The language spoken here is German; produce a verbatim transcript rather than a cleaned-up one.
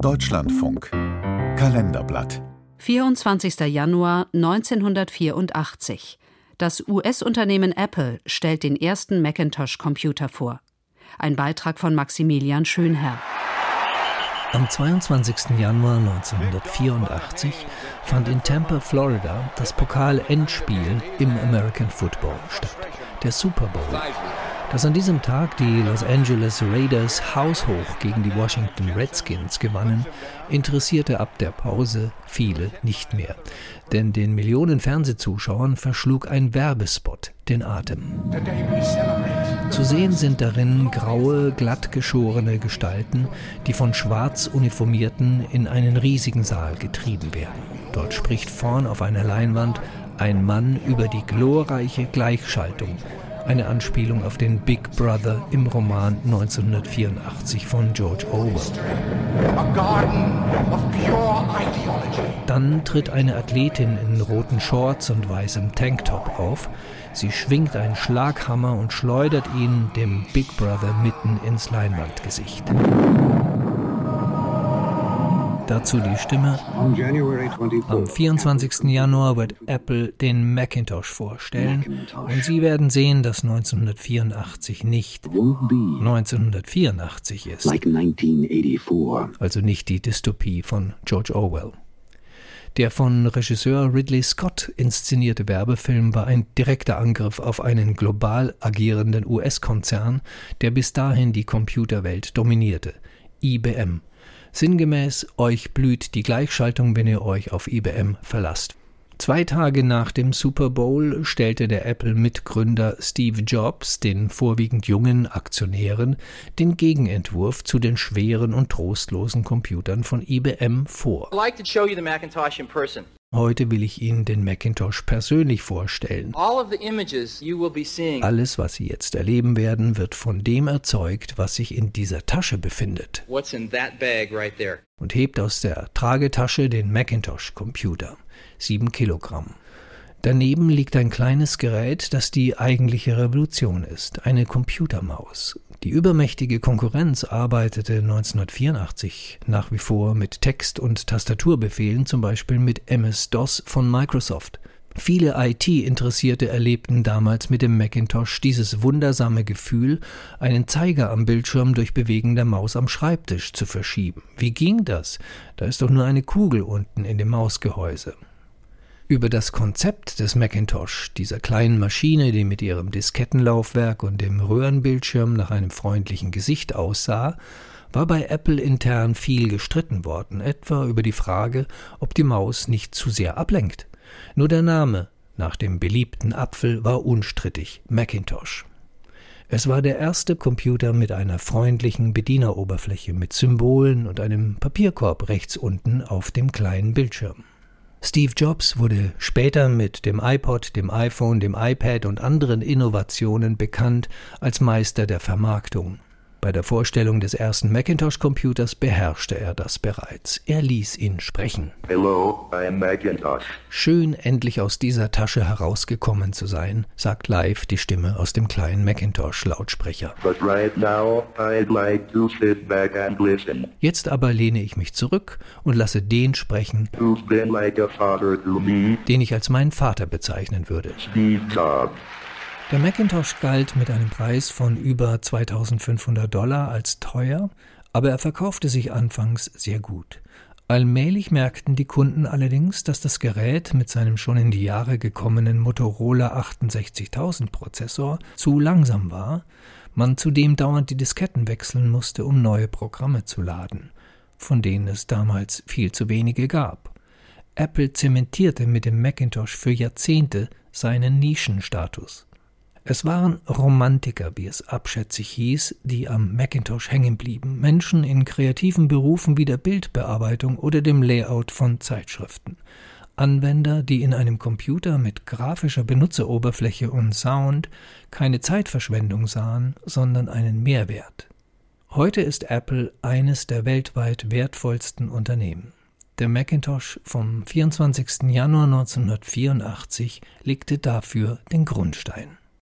Deutschlandfunk Kalenderblatt vierundzwanzigster Januar neunzehnhundertvierundachtzig. Das U S-Unternehmen Apple stellt den ersten Macintosh-Computer vor. Ein Beitrag von Maximilian Schönherr. Am zweiundzwanzigsten Januar neunzehnhundertvierundachtzig fand in Tampa, Florida, das Pokal-Endspiel im American Football statt, der Super Bowl. Dass an diesem Tag die Los Angeles Raiders haushoch gegen die Washington Redskins gewannen, interessierte ab der Pause viele nicht mehr. Denn den Millionen Fernsehzuschauern verschlug ein Werbespot den Atem. Zu sehen sind darin graue, glatt geschorene Gestalten, die von schwarz Uniformierten in einen riesigen Saal getrieben werden. Dort spricht vorn auf einer Leinwand ein Mann über die glorreiche Gleichschaltung. Eine Anspielung auf den Big Brother im Roman neunzehnhundertvierundachtzig von George Orwell. Dann tritt eine Athletin in roten Shorts und weißem Tanktop auf. Sie schwingt einen Schlaghammer und schleudert ihn dem Big Brother mitten ins Leinwandgesicht. Dazu die Stimme. Am vierundzwanzigsten Januar wird Apple den Macintosh vorstellen und Sie werden sehen, dass neunzehnhundertvierundachtzig nicht neunzehnhundertvierundachtzig ist. Also nicht die Dystopie von George Orwell. Der von Regisseur Ridley Scott inszenierte Werbefilm war ein direkter Angriff auf einen global agierenden U S-Konzern, der bis dahin die Computerwelt dominierte, I B M. Sinngemäß, euch blüht die Gleichschaltung, wenn ihr euch auf I B M verlasst. Zwei Tage nach dem Super Bowl stellte der Apple-Mitgründer Steve Jobs den vorwiegend jungen Aktionären den Gegenentwurf zu den schweren und trostlosen Computern von I B M vor. I'd like to show you the Macintosh in person. Heute will ich Ihnen den Macintosh persönlich vorstellen. All of the images you will be seeing. Alles, was Sie jetzt erleben werden, wird von dem erzeugt, was sich in dieser Tasche befindet. What's in that bag right there? Und hebt aus der Tragetasche den Macintosh-Computer. Sieben Kilogramm. Daneben liegt ein kleines Gerät, das die eigentliche Revolution ist, eine Computermaus. Die übermächtige Konkurrenz arbeitete neunzehnhundertvierundachtzig nach wie vor mit Text- und Tastaturbefehlen, zum Beispiel mit M S-DOS von Microsoft. Viele I T-Interessierte erlebten damals mit dem Macintosh dieses wundersame Gefühl, einen Zeiger am Bildschirm durch Bewegen der Maus am Schreibtisch zu verschieben. Wie ging das? Da ist doch nur eine Kugel unten in dem Mausgehäuse. Über das Konzept des Macintosh, dieser kleinen Maschine, die mit ihrem Diskettenlaufwerk und dem Röhrenbildschirm nach einem freundlichen Gesicht aussah, war bei Apple intern viel gestritten worden, etwa über die Frage, ob die Maus nicht zu sehr ablenkt. Nur der Name nach dem beliebten Apfel war unstrittig, Macintosh. Es war der erste Computer mit einer freundlichen Bedieneroberfläche, mit Symbolen und einem Papierkorb rechts unten auf dem kleinen Bildschirm. Steve Jobs wurde später mit dem iPod, dem iPhone, dem iPad und anderen Innovationen bekannt als Meister der Vermarktung. Bei der Vorstellung des ersten Macintosh-Computers beherrschte er das bereits. Er ließ ihn sprechen. Hello, I am Macintosh. Schön, endlich aus dieser Tasche herausgekommen zu sein, sagt live die Stimme aus dem kleinen Macintosh-Lautsprecher. But right now, I'd like to sit back and listen. Jetzt aber lehne ich mich zurück und lasse den sprechen, Who's been like a father to me? den ich als meinen Vater bezeichnen würde. Steve Jobs. Der Macintosh galt mit einem Preis von über zweitausendfünfhundert Dollar als teuer, aber er verkaufte sich anfangs sehr gut. Allmählich merkten die Kunden allerdings, dass das Gerät mit seinem schon in die Jahre gekommenen Motorola achtundsechzigtausend Prozessor zu langsam war, man zudem dauernd die Disketten wechseln musste, um neue Programme zu laden, von denen es damals viel zu wenige gab. Apple zementierte mit dem Macintosh für Jahrzehnte seinen Nischenstatus. Es waren Romantiker, wie es abschätzig hieß, die am Macintosh hängen blieben, Menschen in kreativen Berufen wie der Bildbearbeitung oder dem Layout von Zeitschriften. Anwender, die in einem Computer mit grafischer Benutzeroberfläche und Sound keine Zeitverschwendung sahen, sondern einen Mehrwert. Heute ist Apple eines der weltweit wertvollsten Unternehmen. Der Macintosh vom vierundzwanzigsten Januar neunzehnhundertvierundachtzig legte dafür den Grundstein.